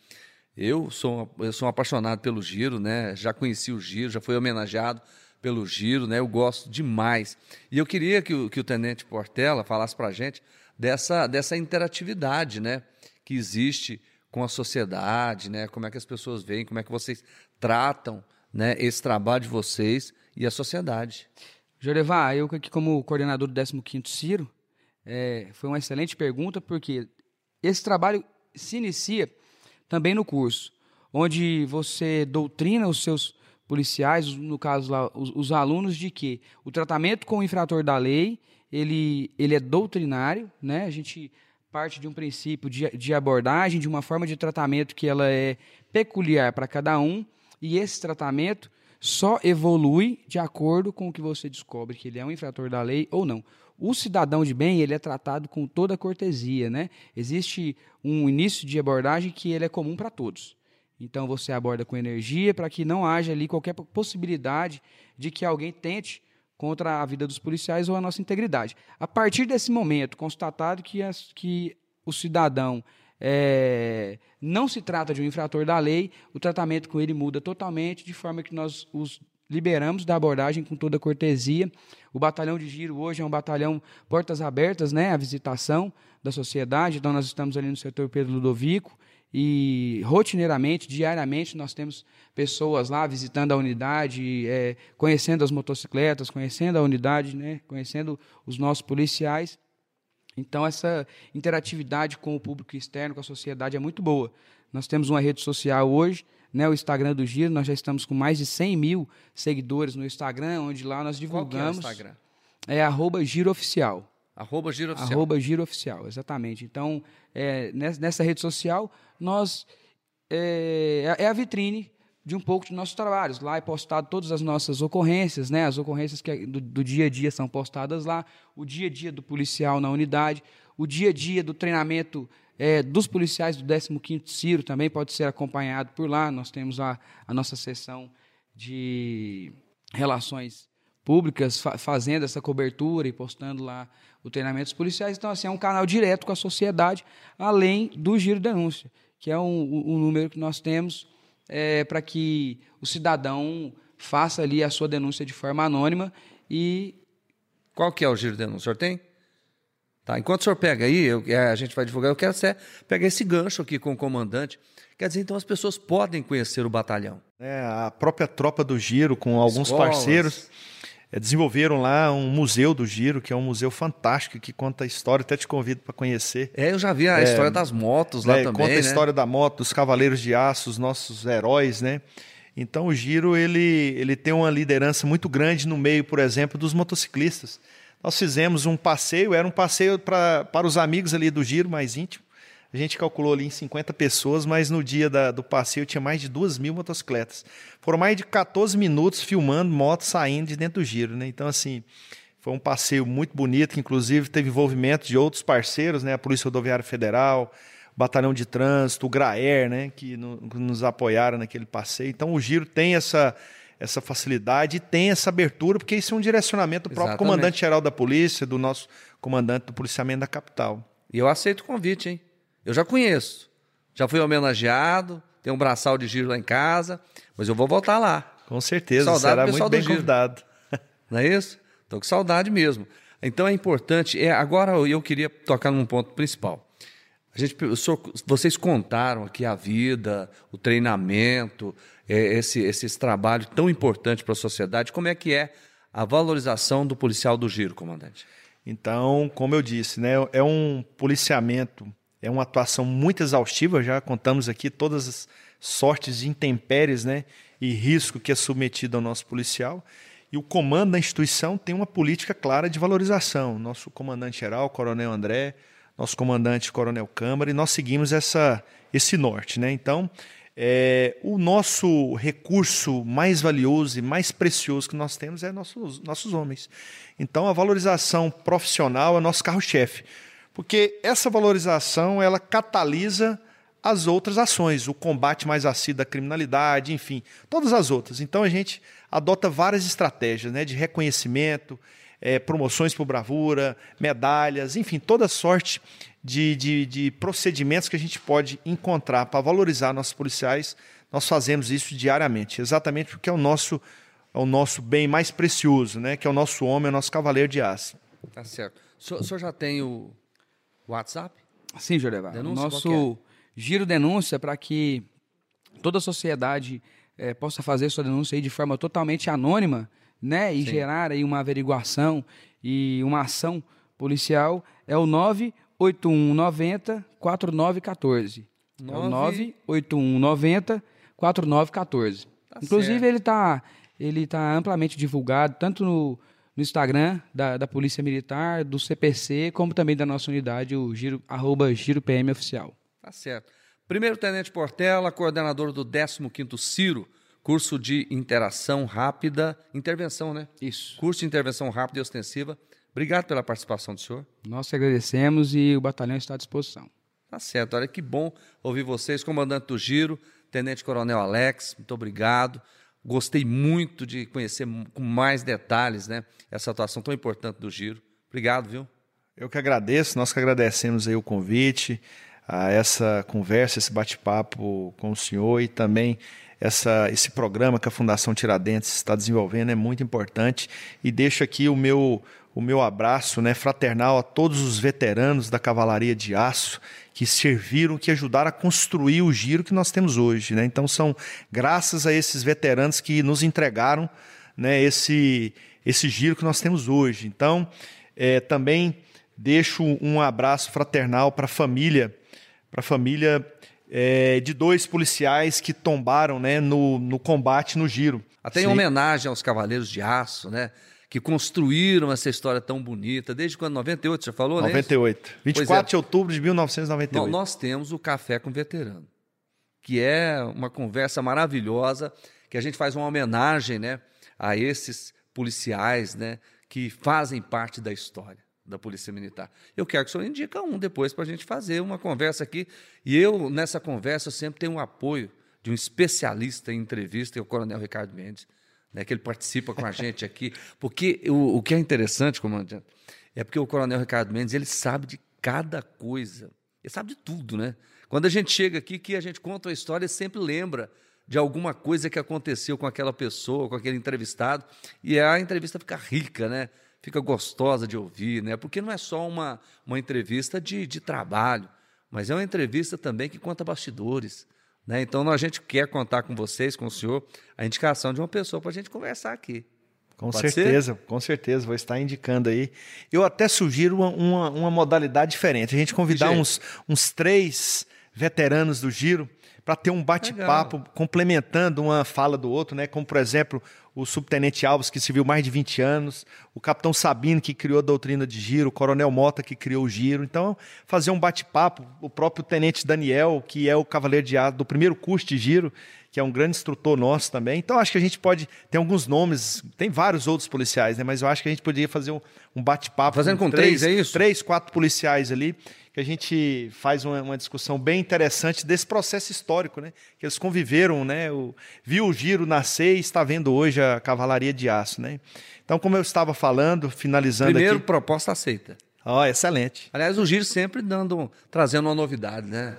Eu sou, eu sou um apaixonado pelo Giro, né? Já conheci o Giro, já fui homenageado pelo Giro, né? Eu gosto demais. E eu queria que o, que o Tenente Portela falasse para a gente dessa, dessa interatividade, né, que existe com a sociedade, né? Como é que as pessoas veem, como é que vocês tratam, né, esse trabalho de vocês e a sociedade. Jorevar, eu aqui como coordenador do décimo quinto Ciro, é, foi uma excelente pergunta, porque esse trabalho se inicia também no curso, onde você doutrina os seus policiais, no caso lá, os, os alunos, de que o tratamento com o infrator da lei, ele, ele é doutrinário, né? A gente parte de um princípio de, de abordagem, de uma forma de tratamento que ela é peculiar para cada um, e esse tratamento só evolui de acordo com o que você descobre, que ele é um infrator da lei ou não. O cidadão de bem, ele é tratado com toda a cortesia, né? Existe um início de abordagem que ele é comum para todos. Então, você aborda com energia para que não haja ali qualquer possibilidade de que alguém tente contra a vida dos policiais ou a nossa integridade. A partir desse momento, constatado que, as, que o cidadão é, não se trata de um infrator da lei, o tratamento com ele muda totalmente, de forma que nós os liberamos da abordagem com toda cortesia. O batalhão de giro hoje é um batalhão portas abertas, né, à visitação da sociedade. Então, nós estamos ali no setor Pedro Ludovico e, rotineiramente, diariamente, nós temos pessoas lá visitando a unidade, é, conhecendo as motocicletas, conhecendo a unidade, né, conhecendo os nossos policiais. Então, essa interatividade com o público externo, com a sociedade, é muito boa. Nós temos uma rede social hoje, né, o Instagram do Giro, nós já estamos com mais de cem mil seguidores no Instagram, onde lá nós divulgamos... Qual que é o Instagram? É arroba Giro Oficial. Arroba Giro Oficial. Arroba Giro Oficial, exatamente. Então, é, nessa rede social, nós é, é a vitrine de um pouco de nossos trabalhos. Lá é postado todas as nossas ocorrências, né? As ocorrências que do, do dia a dia são postadas lá, o dia a dia do policial na unidade, o dia a dia do treinamento é, dos policiais do décimo quinto Ciro também pode ser acompanhado por lá. Nós temos a, a nossa seção de relações públicas fa fazendo essa cobertura e postando lá o treinamento dos policiais. Então, assim, é um canal direto com a sociedade, além do Giro Denúncia, que é um, um número que nós temos é, para que o cidadão faça ali a sua denúncia de forma anônima. E qual que é o Giro Denúncia? O senhor tem? Tá, enquanto o senhor pega aí, eu, a gente vai divulgar, eu quero até pegar esse gancho aqui com o comandante. Quer dizer, então as pessoas podem conhecer o batalhão. É, a própria tropa do Giro, com alguns Escolas. parceiros, é, desenvolveram lá um museu do Giro, que é um museu fantástico, que conta a história, até te convido para conhecer. É, eu já vi a é, história das motos lá é, também, conta né? a história da moto, dos Cavaleiros de Aço, os nossos heróis, né? Então o Giro, ele, ele tem uma liderança muito grande no meio, por exemplo, dos motociclistas. Nós fizemos um passeio, era um passeio pra, para os amigos ali do Giro, mais íntimo. A gente calculou ali em cinquenta pessoas, mas no dia da, do passeio tinha mais de duas mil motocicletas. Foram mais de quatorze minutos filmando motos saindo de dentro do Giro, né? Então, assim, foi um passeio muito bonito, que inclusive teve envolvimento de outros parceiros, né? A Polícia Rodoviária Federal, o Batalhão de Trânsito, o GRAER, né? Que, no, que nos apoiaram naquele passeio. Então, o Giro tem essa... essa facilidade e tem essa abertura, porque isso é um direcionamento do próprio Exatamente. comandante-geral da polícia, do nosso comandante do policiamento da capital. E eu aceito o convite, hein? Eu já conheço. Já fui homenageado, tem um braçal de Giro lá em casa, mas eu vou voltar lá. Com certeza, Saudade será do pessoal muito bem do Giro. convidado. Não é isso? Estou com saudade mesmo. Então é importante. É, agora eu queria tocar num ponto principal. A gente, o senhor, vocês contaram aqui a vida, o treinamento, é, esse, esse trabalho tão importante para a sociedade. Como é que é a valorização do policial do Giro, comandante? Então, como eu disse, né, é um policiamento, é uma atuação muito exaustiva. Já contamos aqui todas as sortes de intempéries, né, e risco que é submetido ao nosso policial. E o comando da instituição tem uma política clara de valorização. Nosso comandante-geral, Coronel André, nosso comandante, Coronel Câmara, e nós seguimos essa, esse norte, né? Então, é, o nosso recurso mais valioso e mais precioso que nós temos é nossos, nossos homens. Então, a valorização profissional é nosso carro-chefe, porque essa valorização ela catalisa as outras ações, o combate mais assíduo da criminalidade, enfim, todas as outras. Então, a gente adota várias estratégias, né, de reconhecimento, É, promoções por bravura, medalhas, enfim, toda sorte de, de, de procedimentos que a gente pode encontrar para valorizar nossos policiais. Nós fazemos isso diariamente, exatamente porque é o nosso, é o nosso bem mais precioso, né? Que é o nosso homem, é o nosso cavaleiro de aço. Tá certo. O senhor, o senhor já tem o WhatsApp? Sim, Jordevar. O Denúncia, nosso qual que Giro Denúncia, para que toda a sociedade é, possa fazer sua denúncia aí de forma totalmente anônima, né, e Sim. gerar aí uma averiguação e uma ação policial, é o nove oito um nove zero quatro nove um quatro. É o nove oito um nove zero quatro nove um quatro. Tá Inclusive, certo. ele está ele tá amplamente divulgado, tanto no, no Instagram da, da Polícia Militar, do C P C, como também da nossa unidade, o Giro, arroba Giro P M Oficial. Tá certo. Primeiro Tenente Portela, coordenador do décimo quinto Ciro, curso de interação rápida, intervenção, né? Isso. Curso de intervenção rápida e ostensiva. Obrigado pela participação do senhor. Nós que agradecemos e o batalhão está à disposição. Tá certo. Olha que bom ouvir vocês, comandante do Giro, Tenente Coronel Alex, muito obrigado. Gostei muito de conhecer com mais detalhes, né, essa atuação tão importante do Giro. Obrigado, viu? Eu que agradeço, nós que agradecemos aí o convite, a essa conversa, esse bate-papo com o senhor, e também essa, esse programa que a Fundação Tiradentes está desenvolvendo é muito importante. E deixo aqui o meu, o meu abraço, né, fraternal a todos os veteranos da Cavalaria de Aço que serviram, que ajudaram a construir o giro que nós temos hoje, né? Então são graças a esses veteranos que nos entregaram, né, esse, esse giro que nós temos hoje. Então é, também deixo um abraço fraternal para a família, para a família É, de dois policiais que tombaram, né, no, no combate no giro. Até em Sim. homenagem aos Cavaleiros de Aço, né, que construíram essa história tão bonita. Desde quando? noventa e oito, você falou, né? noventa e oito. vinte e quatro de outubro de mil novecentos e noventa e oito. Nós temos o Café com Veterano, que é uma conversa maravilhosa, que a gente faz uma homenagem, né, a esses policiais, né, que fazem parte da história da Polícia Militar. Eu quero que o senhor indique um depois para a gente fazer uma conversa aqui. E eu, nessa conversa, eu sempre tenho o apoio de um especialista em entrevista, que é o Coronel Ricardo Mendes, né, que ele participa com a gente aqui. Porque o, o que é interessante, comandante, é porque o Coronel Ricardo Mendes, ele sabe de cada coisa. Ele sabe de tudo, né? Quando a gente chega aqui, que a gente conta a história, ele sempre lembra de alguma coisa que aconteceu com aquela pessoa, com aquele entrevistado, e a entrevista fica rica, né? Fica gostosa de ouvir, né? Porque não é só uma, uma entrevista de, de trabalho, mas é uma entrevista também que conta bastidores, né? Então, a gente quer contar com vocês, com o senhor, a indicação de uma pessoa para a gente conversar aqui. Com Pode certeza, ser? com certeza, vou estar indicando aí. Eu até sugiro uma, uma, uma modalidade diferente, a gente convidar uns, uns três veteranos do giro para ter um bate-papo Legal. Complementando uma fala do outro, né? Como, por exemplo, o subtenente Alves, que serviu mais de vinte anos, o capitão Sabino, que criou a doutrina de giro, o coronel Mota, que criou o giro. Então, fazer um bate-papo, o próprio tenente Daniel, que é o cavaleiro de aço do primeiro curso de giro, que é um grande instrutor nosso também. Então, acho que a gente pode... Tem alguns nomes, tem vários outros policiais, né? Mas eu acho que a gente poderia fazer um, um bate-papo... Fazendo com três, é isso? Três, quatro policiais ali, que a gente faz uma, uma discussão bem interessante desse processo histórico, né? Que eles conviveram, né? O, viu o giro nascer e está vendo hoje a Cavalaria de Aço, né? Então, como eu estava falando, finalizando Primeiro, aqui... proposta aceita. Ó, oh, excelente. Aliás, o giro sempre dando, trazendo uma novidade, né?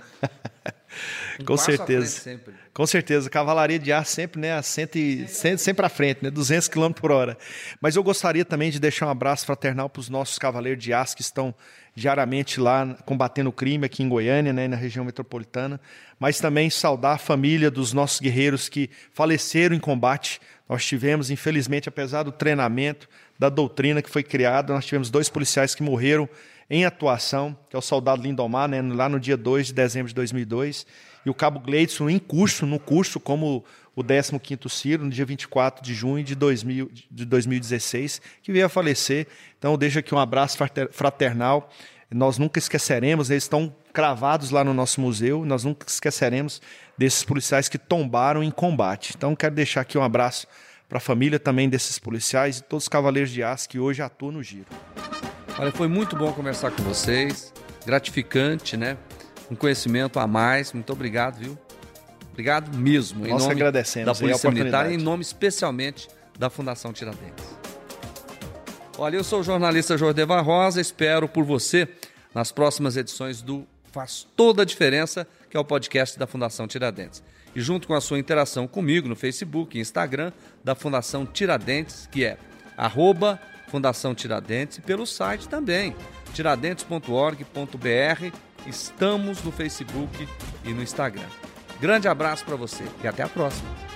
Um Com passo certeza. à frente sempre. Com certeza. Cavalaria de Aço sempre, né, a cento e, sempre, sempre à frente, né, duzentos quilômetros por hora. Mas eu gostaria também de deixar um abraço fraternal para os nossos cavaleiros de Aço que estão diariamente lá combatendo o crime aqui em Goiânia, né, na região metropolitana. Mas também saudar a família dos nossos guerreiros que faleceram em combate. Nós tivemos, infelizmente, apesar do treinamento, da doutrina que foi criada, nós tivemos dois policiais que morreram em atuação, que é o soldado Lindomar, né, lá no dia dois de dezembro de dois mil e dois, e o cabo Gleidson em curso, no curso como o décimo quinto Ciro, no dia vinte e quatro de junho de, dois mil, de dois mil e dezesseis, que veio a falecer. Então eu deixo aqui um abraço fraternal, nós nunca esqueceremos, eles estão cravados lá no nosso museu, nós nunca esqueceremos desses policiais que tombaram em combate. Então quero deixar aqui um abraço para a família também desses policiais e todos os cavaleiros de aço que hoje atuam no giro. Olha, foi muito bom conversar com vocês, gratificante, né? Um conhecimento a mais, muito obrigado, viu? Obrigado mesmo, em Nós nome agradecemos da Polícia a Militar e oportunidade. em nome especialmente da Fundação Tiradentes. Olha, eu sou o jornalista Jordevan Rosa, espero por você nas próximas edições do Faz Toda a Diferença, que é o podcast da Fundação Tiradentes. E junto com a sua interação comigo no Facebook e Instagram da Fundação Tiradentes, que é arroba Fundação Tiradentes, e pelo site também, tiradentes ponto org ponto br. Estamos no Facebook e no Instagram. Grande abraço para você e até a próxima.